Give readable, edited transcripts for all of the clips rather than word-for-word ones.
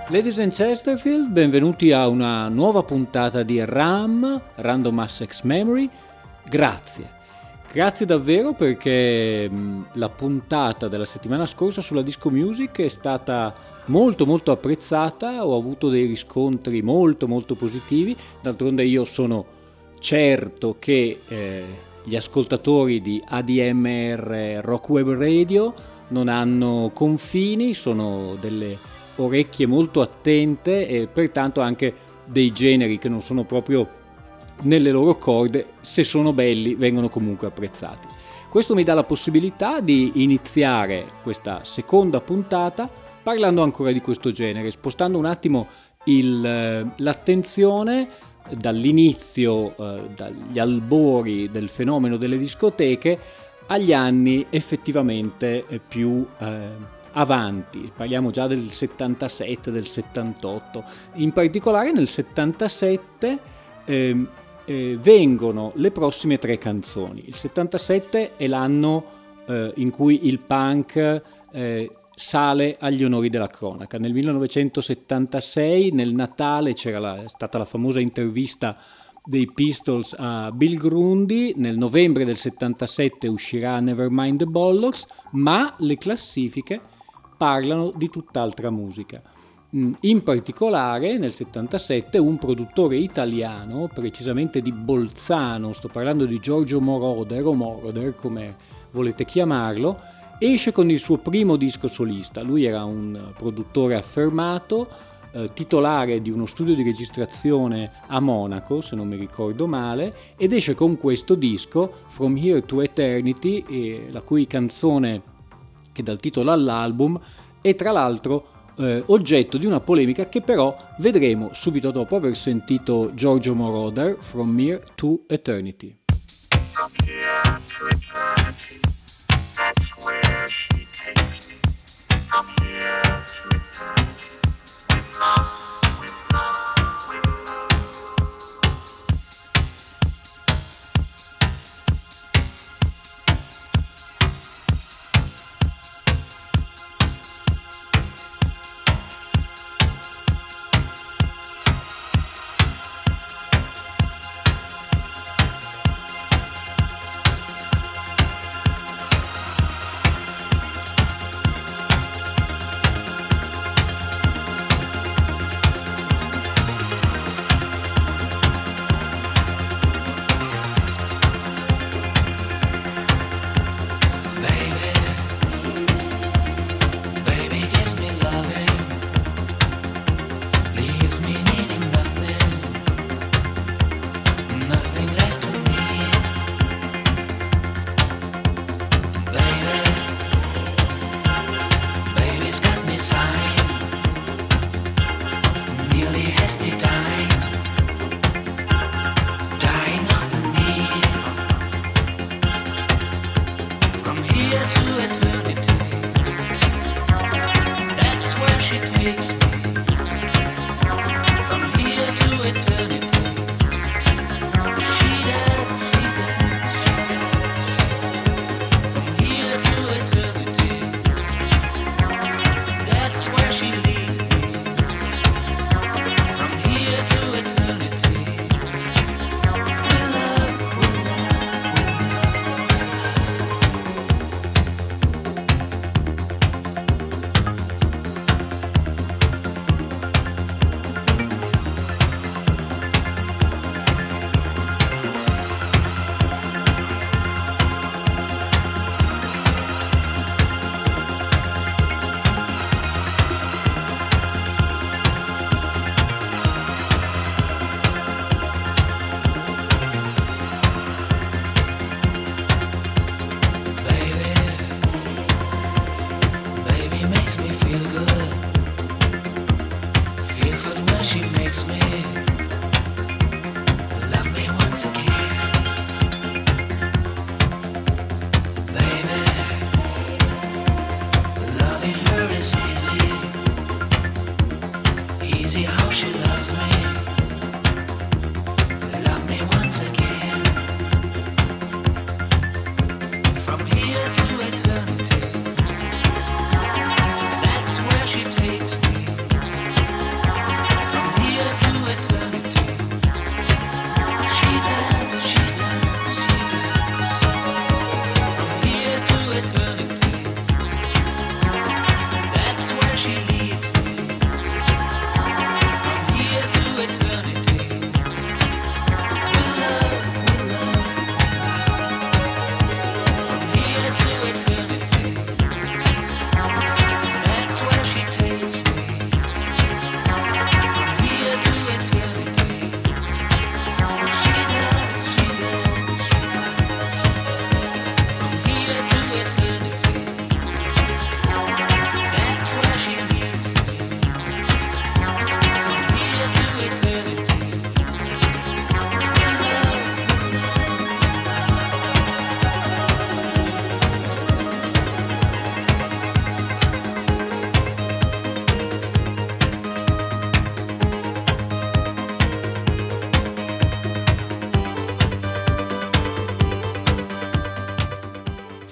Ladies and Chesterfield, benvenuti a una nuova puntata di Random Access Memory. Grazie davvero perché la puntata della settimana scorsa sulla disco music è stata molto apprezzata, ho avuto dei riscontri molto positivi, d'altronde io sono certo che gli ascoltatori di ADMR Rock Web Radio non hanno confini, sono delle orecchie molto attente e pertanto anche dei generi che non sono proprio nelle loro corde, se sono belli vengono comunque apprezzati. Questo mi dà la possibilità di iniziare questa seconda puntata parlando ancora di questo genere, spostando un attimo l'attenzione dall'inizio, dagli albori del fenomeno delle discoteche agli anni effettivamente più avanti. Parliamo già del 77, del 78. In particolare nel 77 vengono le prossime tre canzoni. Il 77 è l'anno in cui il punk sale agli onori della cronaca. Nel 1976, nel Natale, c'era stata la famosa intervista dei Pistols a Bill Grundy. Nel novembre del 77 uscirà Nevermind the Bollocks, ma le classifiche parlano di tutt'altra musica. In particolare nel 77 un produttore italiano, precisamente di Bolzano, sto parlando di Giorgio Moroder o Moroder come volete chiamarlo, esce con il suo primo disco solista. Lui era un produttore affermato, titolare di uno studio di registrazione a Monaco, se non mi ricordo male, ed esce con questo disco From Here to Eternity, la cui canzone che dà il titolo all'album è tra l'altro oggetto di una polemica che però vedremo subito dopo aver sentito Giorgio Moroder, From Here to Eternity. From here to eternity, that's where she takes me. From here to eternity, with love, with love, with love.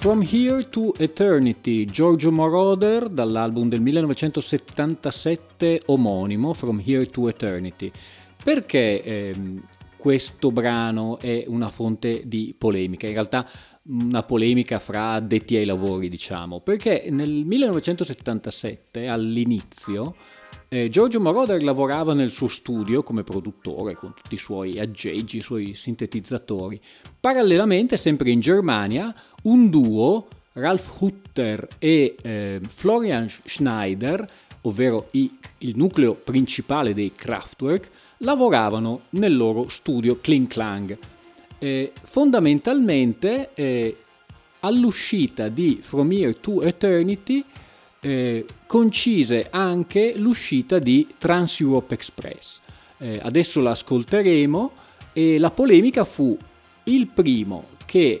From Here to Eternity, Giorgio Moroder, dall'album del 1977 omonimo, From Here to Eternity. Perché questo brano è una fonte di polemica? In realtà una polemica fra addetti ai lavori, diciamo, perché nel 1977, all'inizio, Giorgio Moroder lavorava nel suo studio come produttore con tutti i suoi aggeggi, i suoi sintetizzatori. Parallelamente, sempre in Germania, un duo, Ralf Hutter e Florian Schneider, ovvero il nucleo principale dei Kraftwerk, lavoravano nel loro studio Kling Klang. Fondamentalmente all'uscita di From Here to Eternity concise anche l'uscita di Trans Europe Express. Adesso l'ascolteremo e la polemica fu il primo che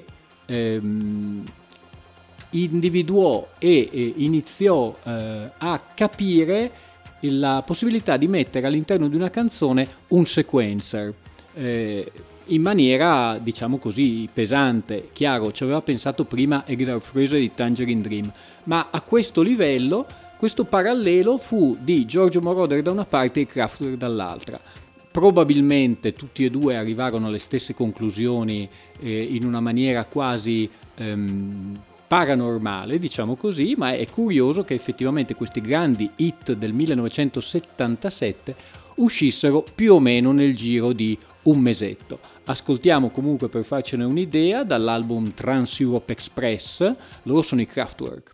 individuò e iniziò a capire la possibilità di mettere all'interno di una canzone un sequencer in maniera, diciamo così, pesante. Chiaro, ci aveva pensato prima Egdar Fröse di Tangerine Dream, ma a questo livello, questo parallelo fu di Giorgio Moroder da una parte e i Kraftwerk dall'altra. Probabilmente tutti e due arrivarono alle stesse conclusioni in una maniera quasi paranormale, diciamo così, ma è curioso che effettivamente questi grandi hit del 1977 uscissero più o meno nel giro di un mesetto. Ascoltiamo comunque, per farcene un'idea, dall'album Trans Europe Express, loro sono i Kraftwerk.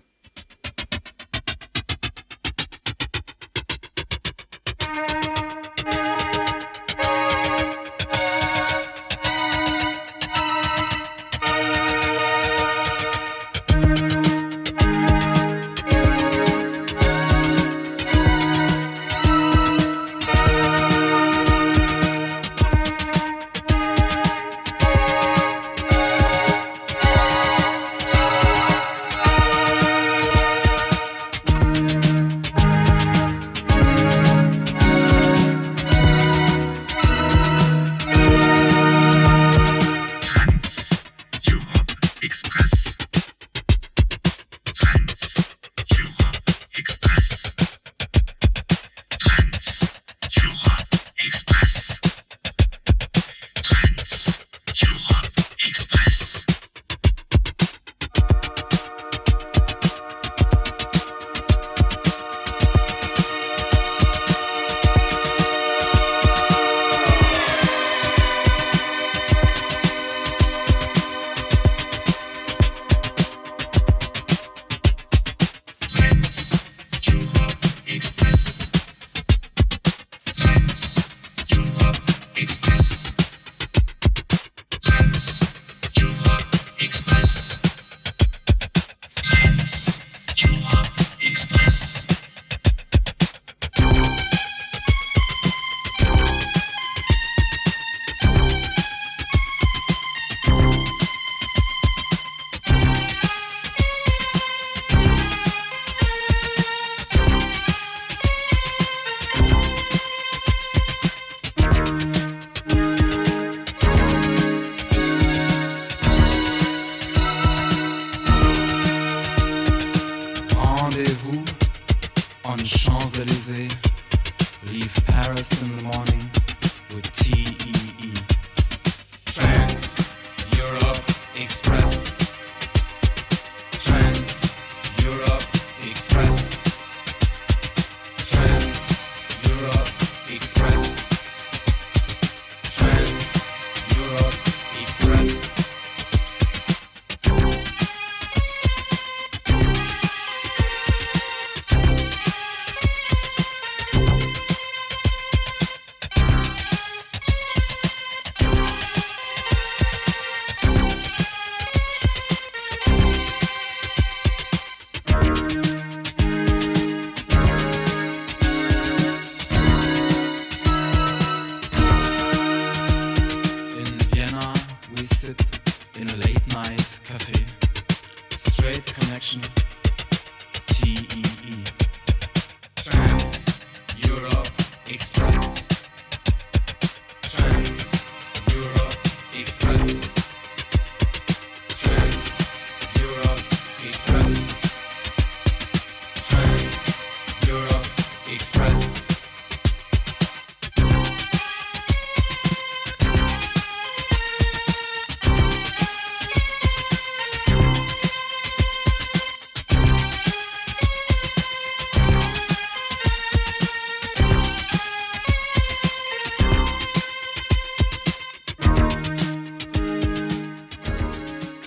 Express. Trans Europe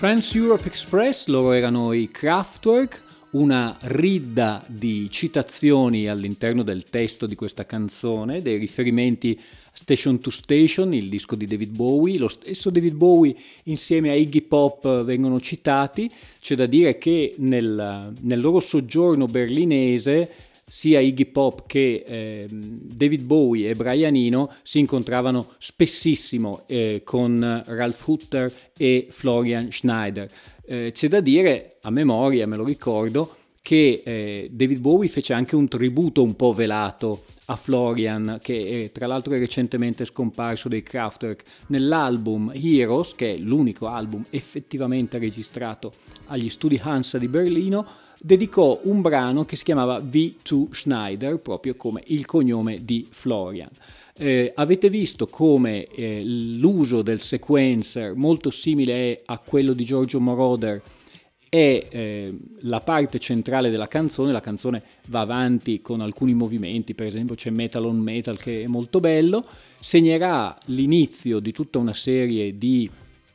Trans-Europe Express, loro erano i Kraftwerk, una ridda di citazioni all'interno del testo di questa canzone, dei riferimenti Station to Station, il disco di David Bowie. Lo stesso David Bowie insieme a Iggy Pop vengono citati. C'è da dire che nel loro soggiorno berlinese sia Iggy Pop che David Bowie e Brian Eno si incontravano spessissimo con Ralph Hutter e Florian Schneider. C'è da dire, a memoria, me lo ricordo, che David Bowie fece anche un tributo un po' velato a Florian, che tra l'altro è recentemente scomparso, dei Kraftwerk, nell'album Heroes, che è l'unico album effettivamente registrato agli studi Hansa di Berlino. Dedicò un brano che si chiamava V2 Schneider, proprio come il cognome di Florian. Avete visto come l'uso del sequencer, molto simile a quello di Giorgio Moroder, è la parte centrale della canzone. La canzone va avanti con alcuni movimenti, per esempio c'è Metal on Metal che è molto bello, segnerà l'inizio di tutta una serie di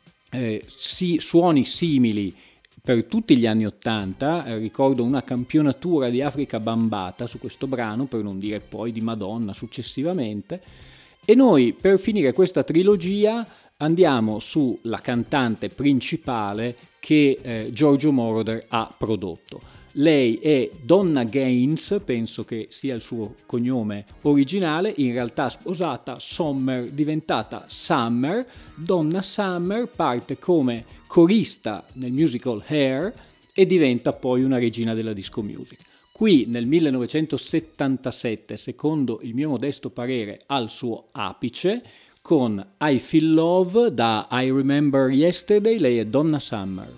suoni simili per tutti gli anni '80. Ricordo una campionatura di Africa Bambata su questo brano, per non dire poi di Madonna successivamente. E noi, per finire questa trilogia, andiamo sulla cantante principale che Giorgio Moroder ha prodotto. Lei è Donna Gaines, penso che sia il suo cognome originale, in realtà sposata Sommer, diventata Summer. Donna Summer parte come corista nel musical Hair e diventa poi una regina della disco music. Qui nel 1977, secondo il mio modesto parere, al suo apice, con I Feel Love da I Remember Yesterday, lei è Donna Summer.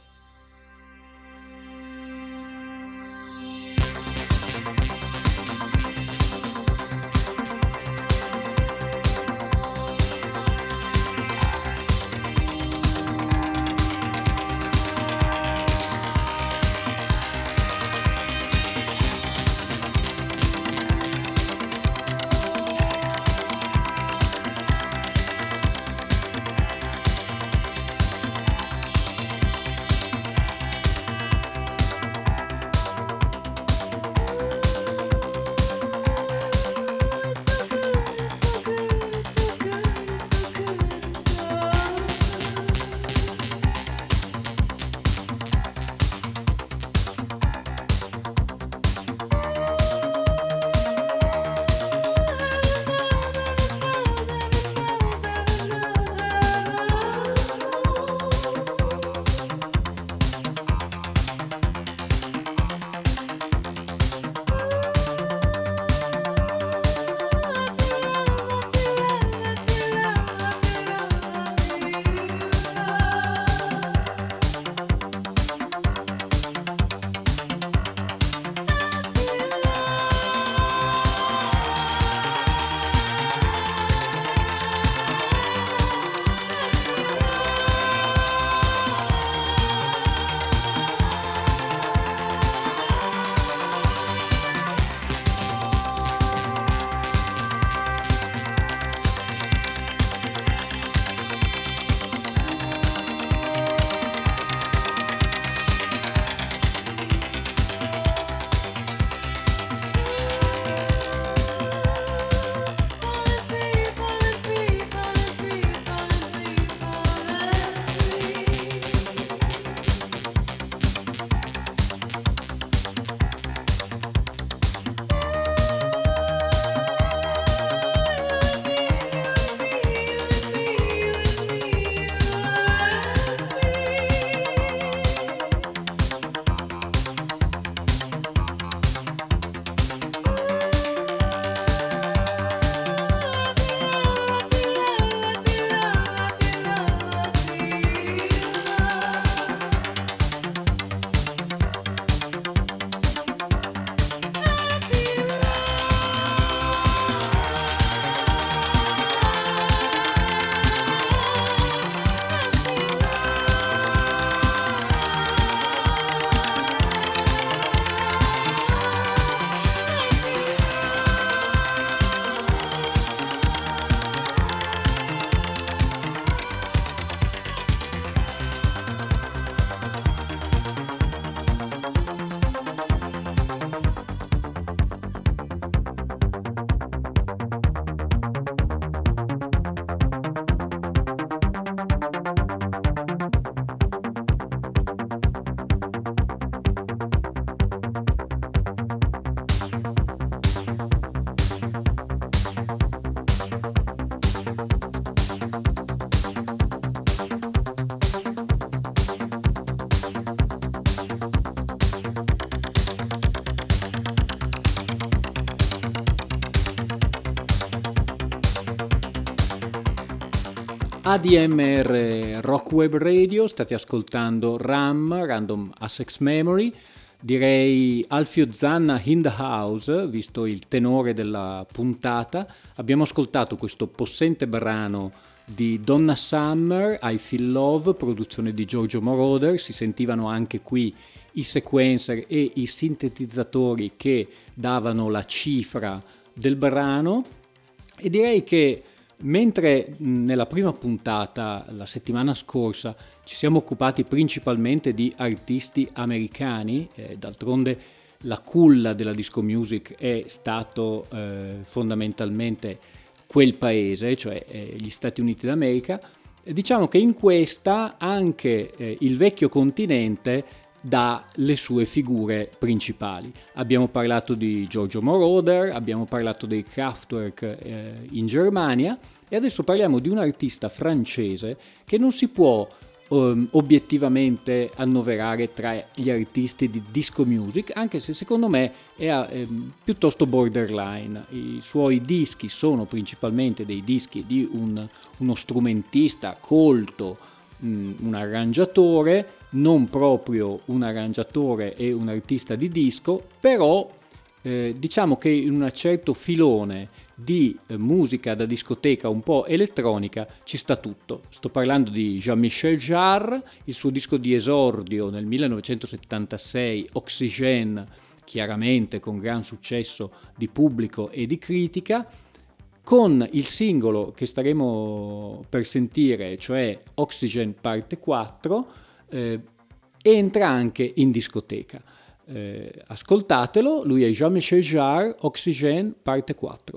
ADMR Rock Web Radio, state ascoltando RAM, Random Access Memory, direi Alfio Zanna in the house, visto il tenore della puntata. Abbiamo ascoltato questo possente brano di Donna Summer, I Feel Love, produzione di Giorgio Moroder. Si sentivano anche qui i sequencer e i sintetizzatori che davano la cifra del brano, e direi che mentre nella prima puntata, la settimana scorsa, ci siamo occupati principalmente di artisti americani, d'altronde la culla della disco music è stato fondamentalmente quel paese, cioè gli Stati Uniti d'America, diciamo che in questa anche il vecchio continente dà le sue figure principali. Abbiamo parlato di Giorgio Moroder, abbiamo parlato dei Kraftwerk in Germania, e adesso parliamo di un artista francese che non si può obiettivamente annoverare tra gli artisti di disco music, anche se secondo me è piuttosto borderline. I suoi dischi sono principalmente dei dischi di uno strumentista colto, un arrangiatore, non proprio un arrangiatore e un artista di disco, però diciamo che in un certo filone di musica da discoteca un po' elettronica ci sta tutto. Sto parlando di Jean-Michel Jarre, il suo disco di esordio nel 1976, Oxygène, chiaramente con gran successo di pubblico e di critica, con il singolo che staremo per sentire, cioè Oxygène parte 4, entra anche in discoteca. Ascoltatelo, lui è Jean-Michel Jarre, Oxygène parte 4.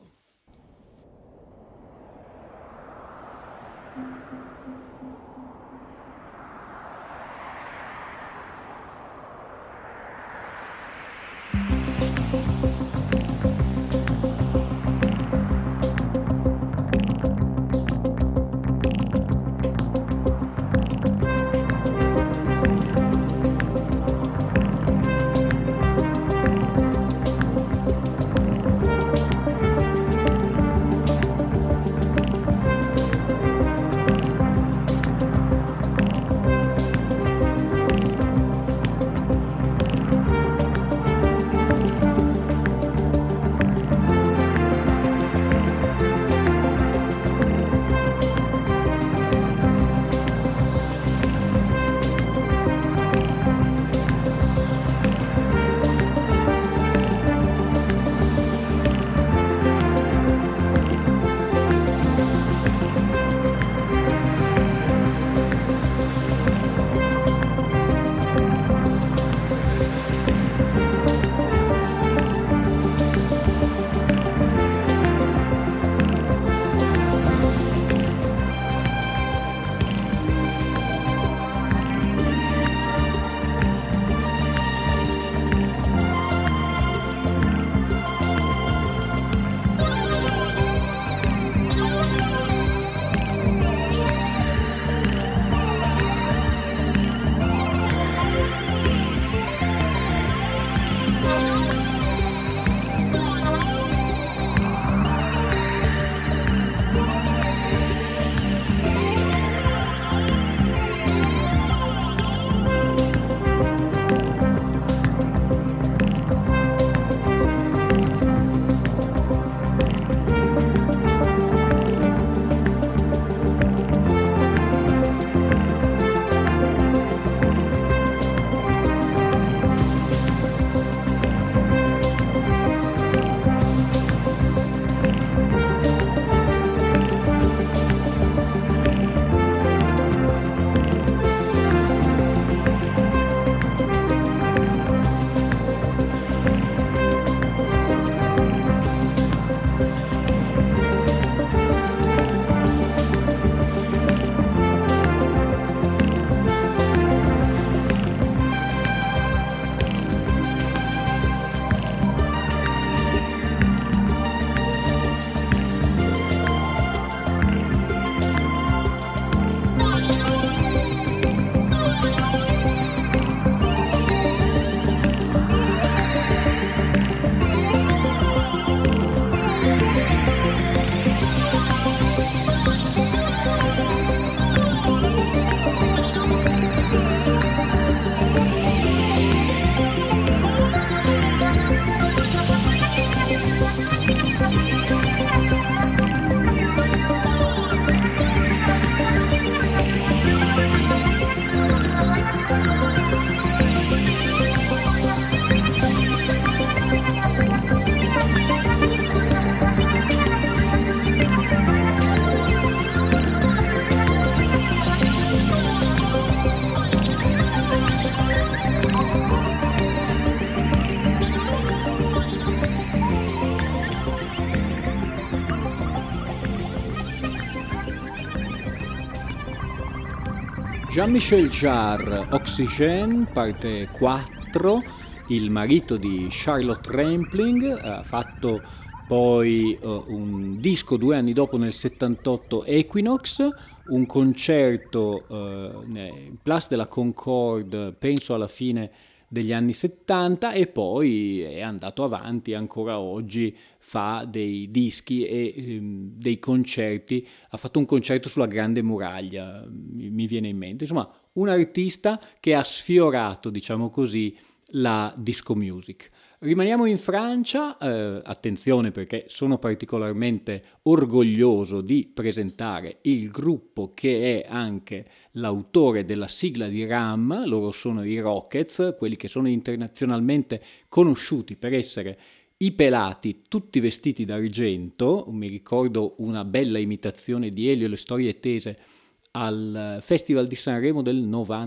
Jean-Michel Jarre, Oxygène, parte 4, il marito di Charlotte Rampling, ha fatto poi un disco 2 anni dopo nel 78, Equinox, un concerto in Place de la Concorde, penso alla fine degli anni 70, e poi è andato avanti ancora oggi, fa dei dischi e dei concerti. Ha fatto un concerto sulla Grande Muraglia, mi viene in mente, insomma un artista che ha sfiorato, diciamo così, la disco music. Rimaniamo in Francia, attenzione perché sono particolarmente orgoglioso di presentare il gruppo che è anche l'autore della sigla di Ram. Loro sono i Rockets, quelli che sono internazionalmente conosciuti per essere i pelati tutti vestiti d'argento. Mi ricordo una bella imitazione di Elio e le storie tese al Festival di Sanremo del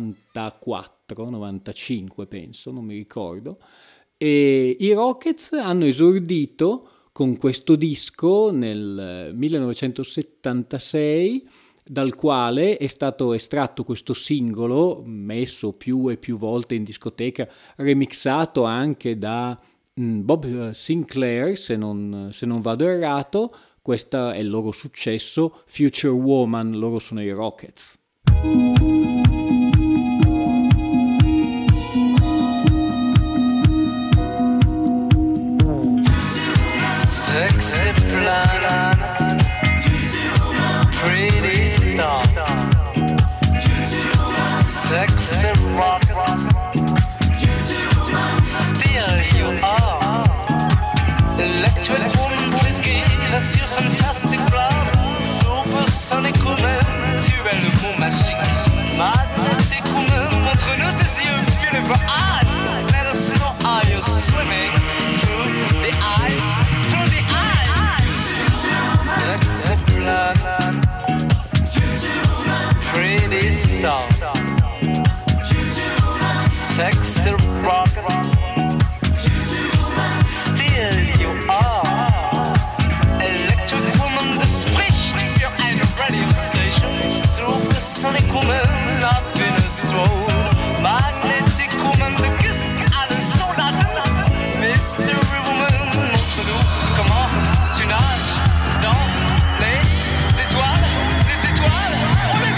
94-95 penso, non mi ricordo. E i Rockets hanno esordito con questo disco nel 1976, dal quale è stato estratto questo singolo, messo più e più volte in discoteca, remixato anche da Bob Sinclair, se non vado errato. Questo è il loro successo, Future Woman. Loro sono i Rockets. Sexy plan, pretty star, sexy rocket, still you are. Electric woman, please give us your fantastic blood. Supersonic woman, tu es le mot magique. Magnetic woman, montre-nous tes yeux, beautiful eyes. Let us know how you're swimming through the eyes. Sexy plan, pretty star, sexy rocket, still you are. Electric woman, the splish, you're at a radio station. Supersonic woman, up in a soul. Magnetic woman, the kiss, and a soul. Mystery woman, montre-nous comment tu nages dans les étoiles, oh les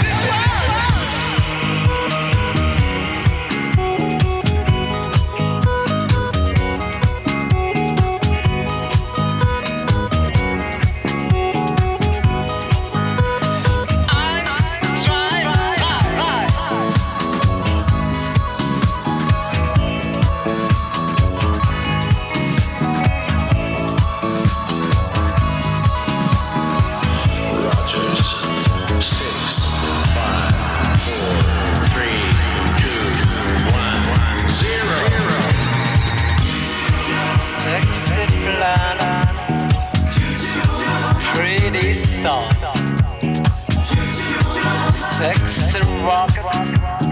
star, sexy rocket,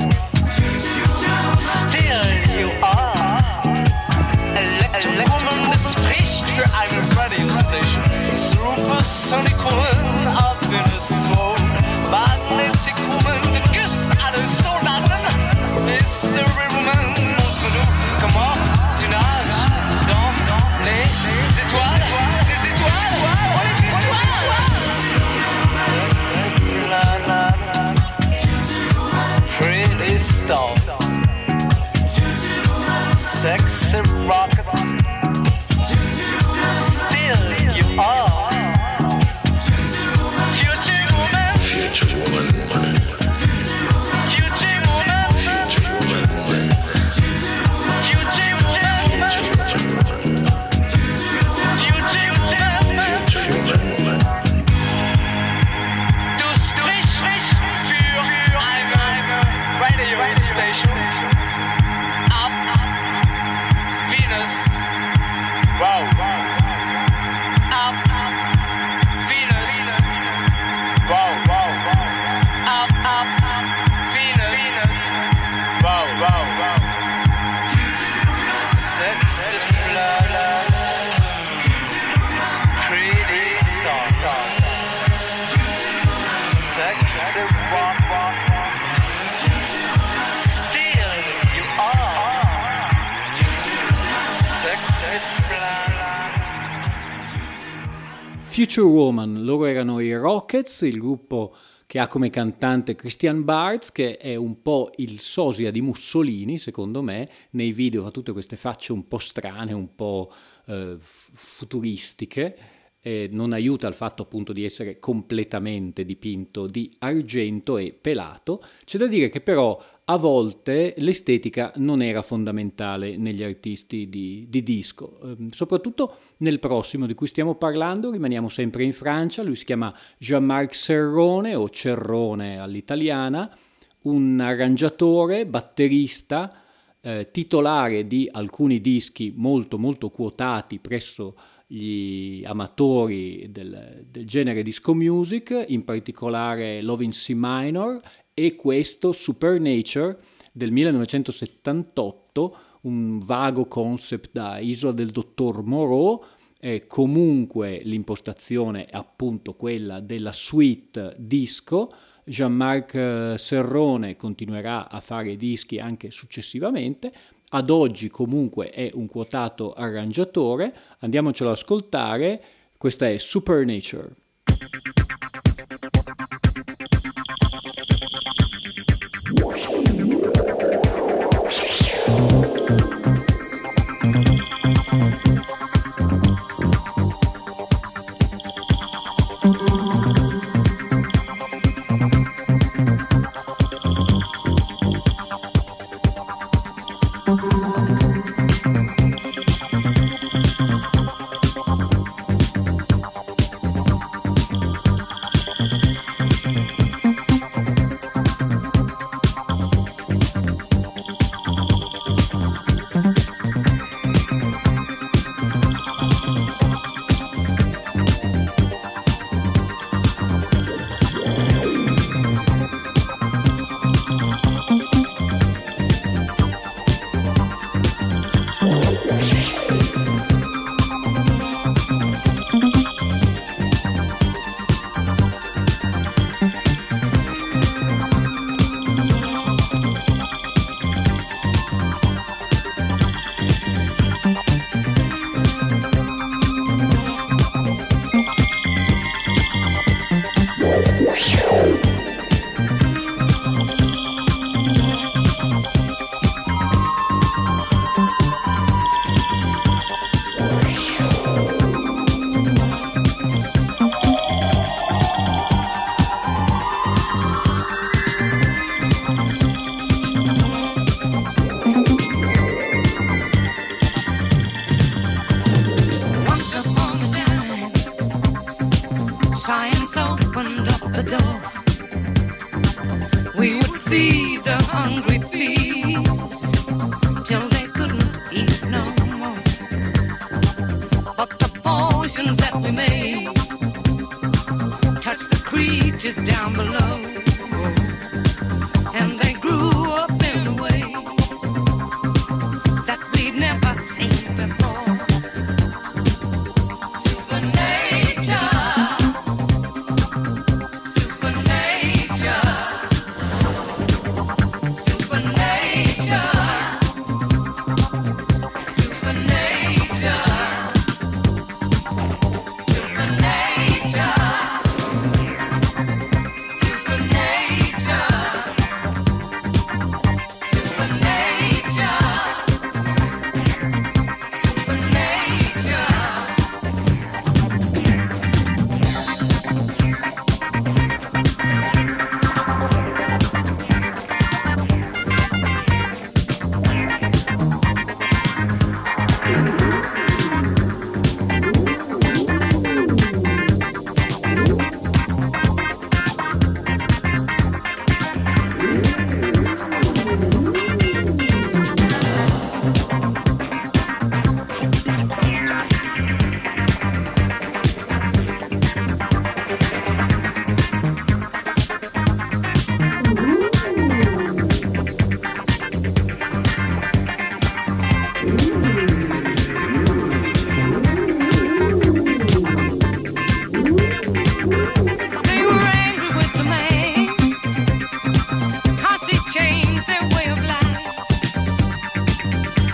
still you are. Electric woman, the spricht für eine radio station. Supersonic woman, up in a soul. Magnetic woman, the küsst alle Soldaten. Mystery woman, montre-nous comment tu nages dans les étoiles, oh les étoiles. Pretty star, sexy rocket, still you are. Future woman, future woman, future woman, future woman, future woman, future woman. Du sprichst für eine radio station. Up Venus Future Woman, loro erano i Rockets, il gruppo che ha come cantante Christian Bartz, che è un po' il sosia di Mussolini, secondo me. Nei video fa tutte queste facce un po' strane, un po' futuristiche. Non aiuta il fatto appunto di essere completamente dipinto di argento e pelato. C'è da dire che però a volte l'estetica non era fondamentale negli artisti di disco, soprattutto nel prossimo di cui stiamo parlando. Rimaniamo sempre in Francia. Lui si chiama Jean-Marc Cerrone, o Cerrone all'italiana, un arrangiatore, batterista, titolare di alcuni dischi molto molto quotati presso gli amatori del genere disco music, in particolare Love in C minor e questo Supernature del 1978, un vago concept da Isola del dottor Moreau. Comunque l'impostazione è appunto quella della suite disco. Jean-Marc Cerrone continuerà a fare dischi anche successivamente. Ad oggi comunque è un quotato arrangiatore. Andiamocelo ad ascoltare. Questa è Supernature.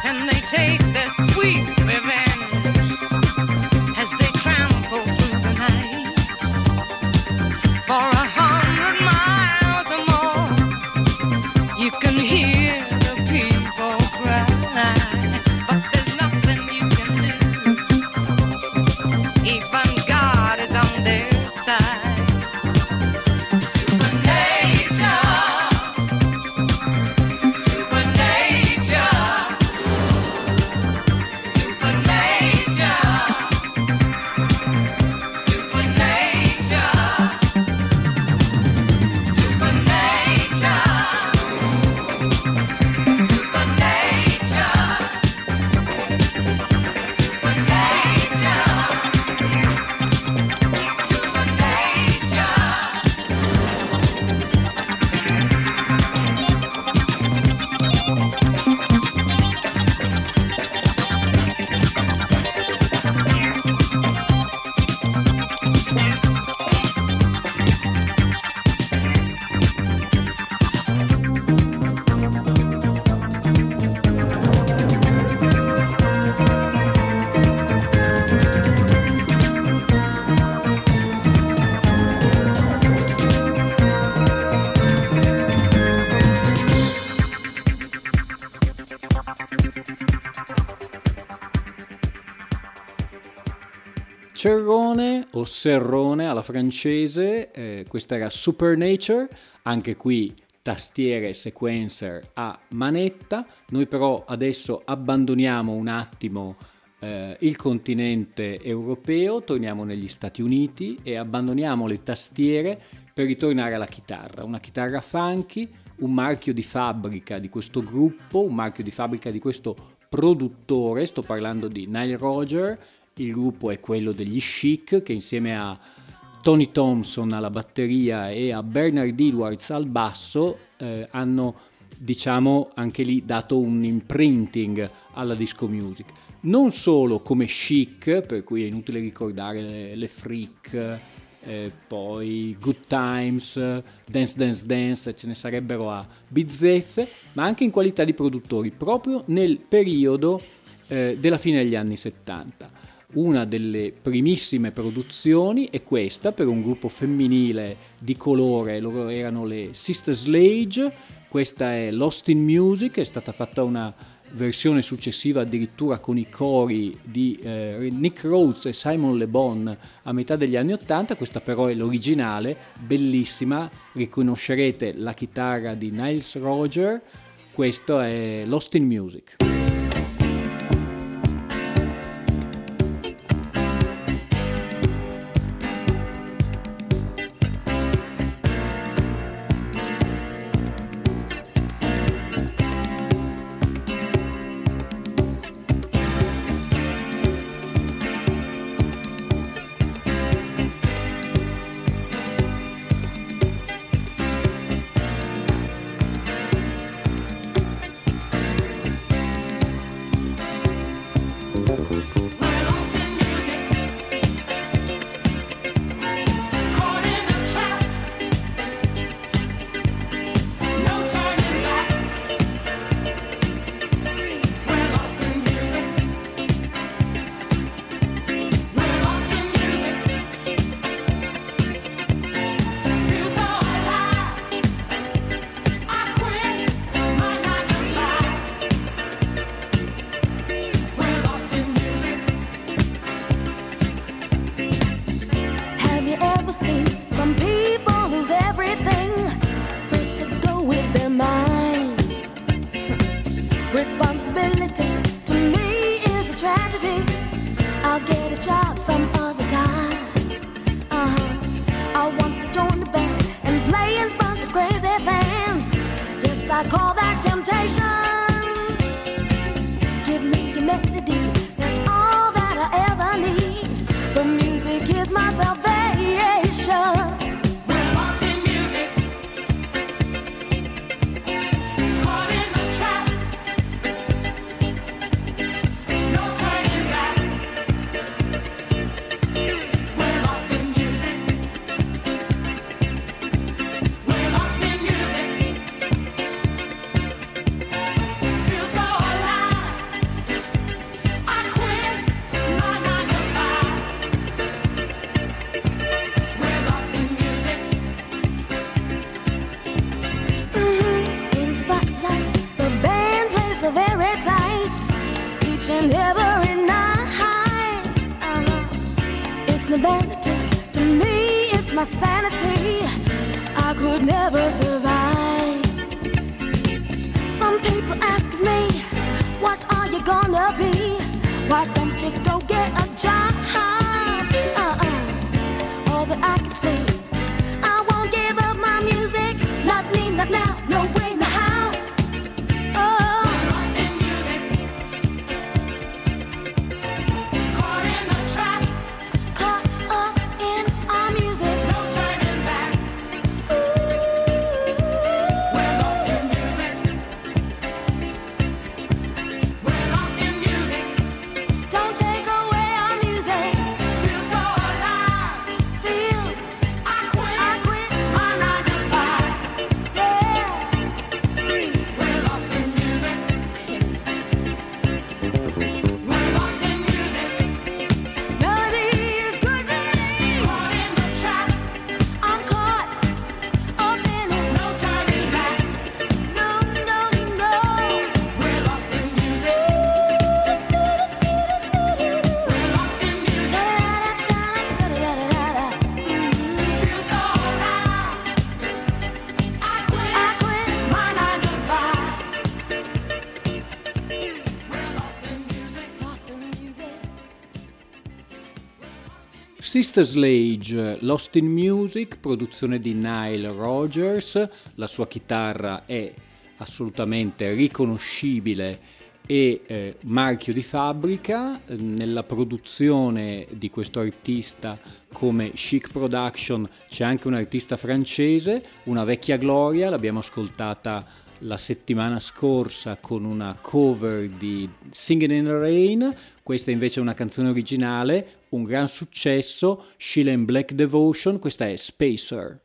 Take their sweet revenge as they trample through the night. Cerrone o serrone alla francese, questa era Supernature, anche qui tastiere sequencer a manetta. Noi però adesso abbandoniamo un attimo il continente europeo, torniamo negli Stati Uniti e abbandoniamo le tastiere per ritornare alla chitarra, una chitarra funky, un marchio di fabbrica di questo gruppo, un marchio di fabbrica di questo produttore, sto parlando di Nile Rodgers. Il gruppo è quello degli Chic, che insieme a Tony Thompson alla batteria e a Bernard Edwards al basso hanno, diciamo, anche lì dato un imprinting alla disco music. Non solo come Chic, per cui è inutile ricordare le Freak, poi Good Times, Dance Dance Dance, ce ne sarebbero a bizzeffe, ma anche in qualità di produttori, proprio nel periodo della fine degli anni 70. Una delle primissime produzioni è questa per un gruppo femminile di colore, loro erano le Sister Sledge. Questa è Lost in Music, è stata fatta una versione successiva addirittura con i cori di Nick Rhodes e Simon Le Bon a metà degli anni 80, questa però è l'originale, bellissima, riconoscerete la chitarra di Nile Rodgers, questo è Lost in Music. Sister Sledge, Lost in Music, produzione di Nile Rodgers. La sua chitarra è assolutamente riconoscibile e marchio di fabbrica. Nella produzione di questo artista come Chic Production c'è anche un artista francese, una vecchia gloria, l'abbiamo ascoltata la settimana scorsa con una cover di Singing in the Rain. Questa invece è una canzone originale, un gran successo, Sheila and Black Devotion, questa è Spacer.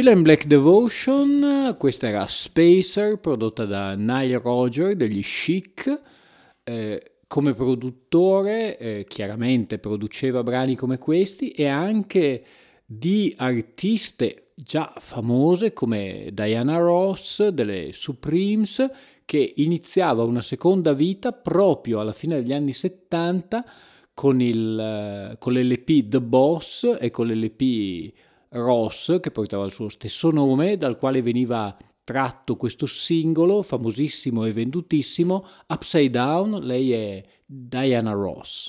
Sheila and Black Devotion, questa era Spacer, prodotta da Nile Rodgers degli Chic. Come produttore chiaramente produceva brani come questi e anche di artiste già famose come Diana Ross delle Supremes, che iniziava una seconda vita proprio alla fine degli anni 70 con l'LP The Boss e con l'LP Ross, che portava il suo stesso nome, dal quale veniva tratto questo singolo famosissimo e vendutissimo, Upside Down. Lei è Diana Ross.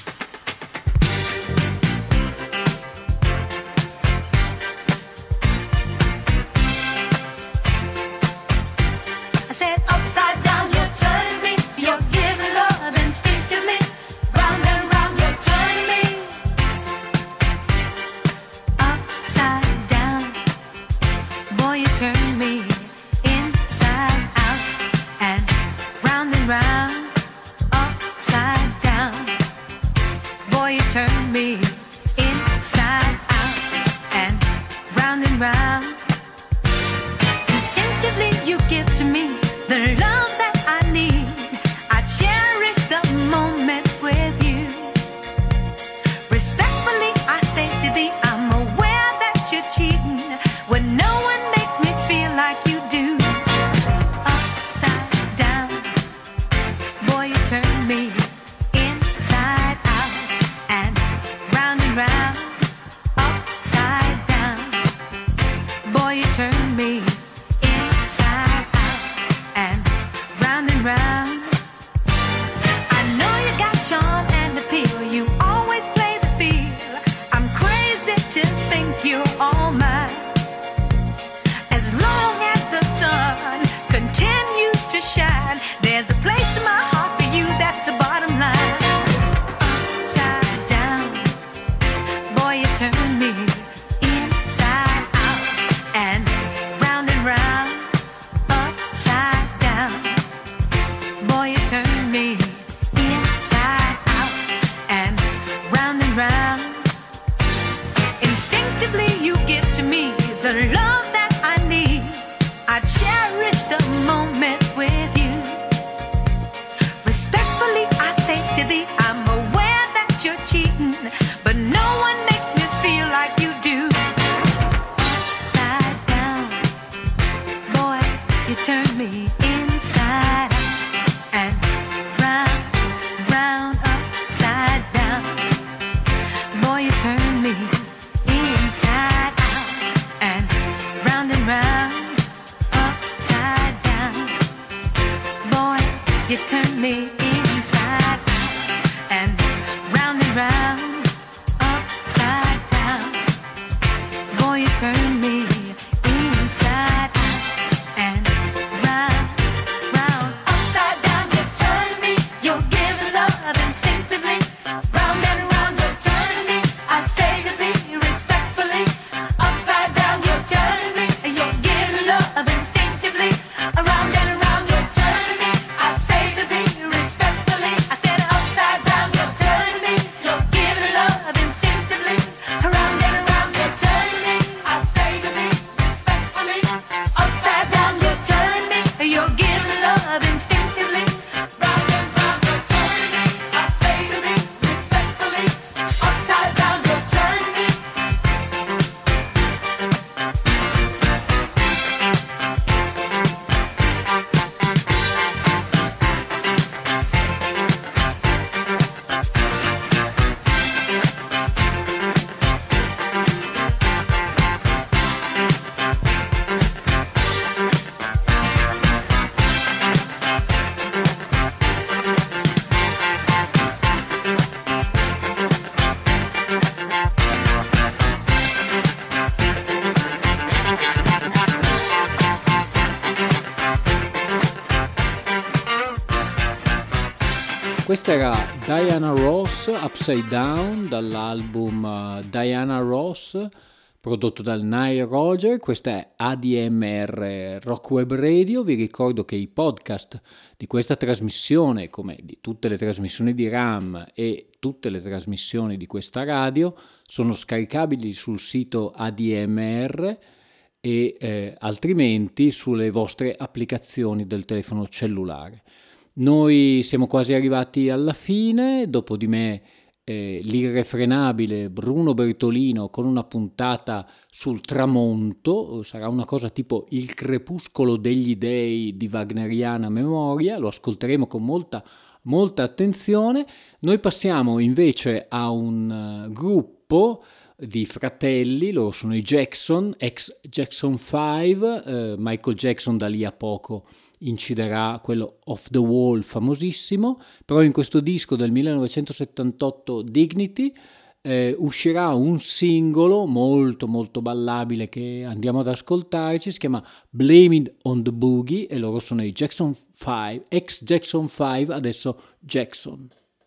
Questa era Diana Ross, Upside Down, dall'album Diana Ross, prodotto dal Nile Rodgers. Questa è ADMR Rock Web Radio. Vi ricordo che i podcast di questa trasmissione, come di tutte le trasmissioni di RAM e tutte le trasmissioni di questa radio, sono scaricabili sul sito ADMR e altrimenti sulle vostre applicazioni del telefono cellulare. Noi siamo quasi arrivati alla fine, dopo di me l'irrefrenabile Bruno Bertolino con una puntata sul tramonto, sarà una cosa tipo il crepuscolo degli dei di wagneriana memoria, lo ascolteremo con molta attenzione. Noi passiamo invece a un gruppo di fratelli, loro sono i Jackson, ex Jackson 5, Michael Jackson da lì a poco inciderà quello Off the Wall famosissimo, però in questo disco del 1978 Dignity uscirà un singolo molto ballabile che andiamo ad ascoltarci, si chiama Blame It on the Boogie e loro sono i Jackson 5, ex Jackson 5, adesso Jackson.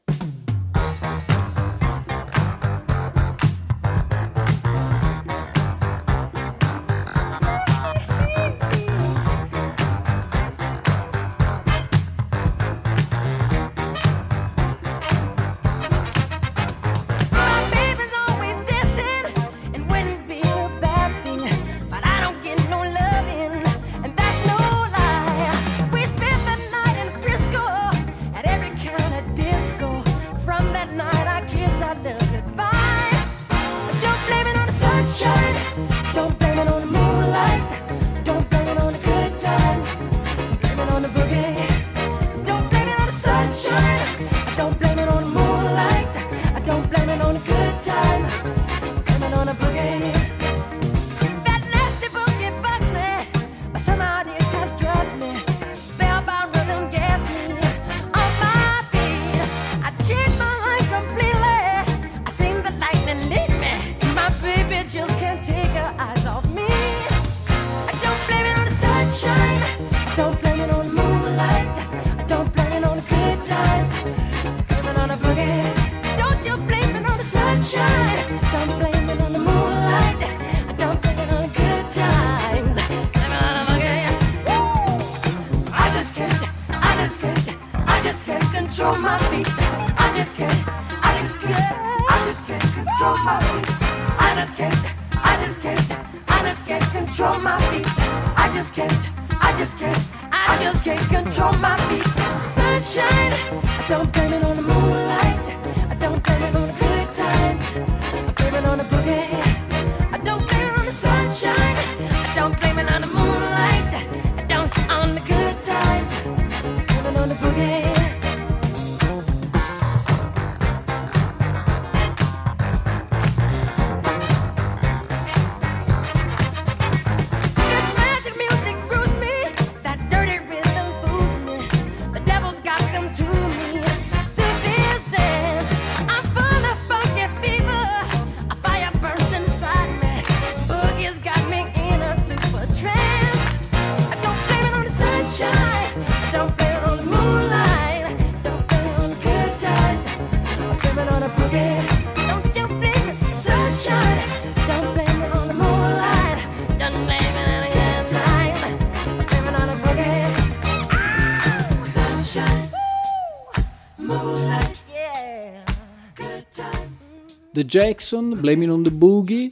The Jackson, Blaming on the Boogie,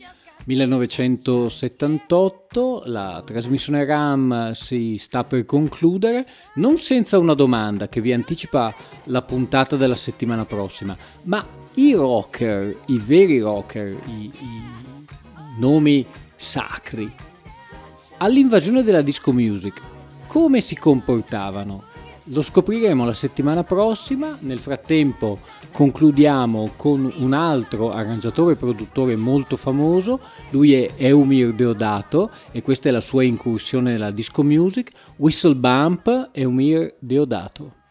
1978, la trasmissione RAM si sta per concludere, non senza una domanda che vi anticipa la puntata della settimana prossima, ma i rocker, i veri rocker, i nomi sacri, all'invasione della disco music, come si comportavano? Lo scopriremo la settimana prossima. Nel frattempo concludiamo con un altro arrangiatore e produttore molto famoso, lui è Eumir Deodato e questa è la sua incursione nella disco music, Whistle Bump, Eumir Deodato.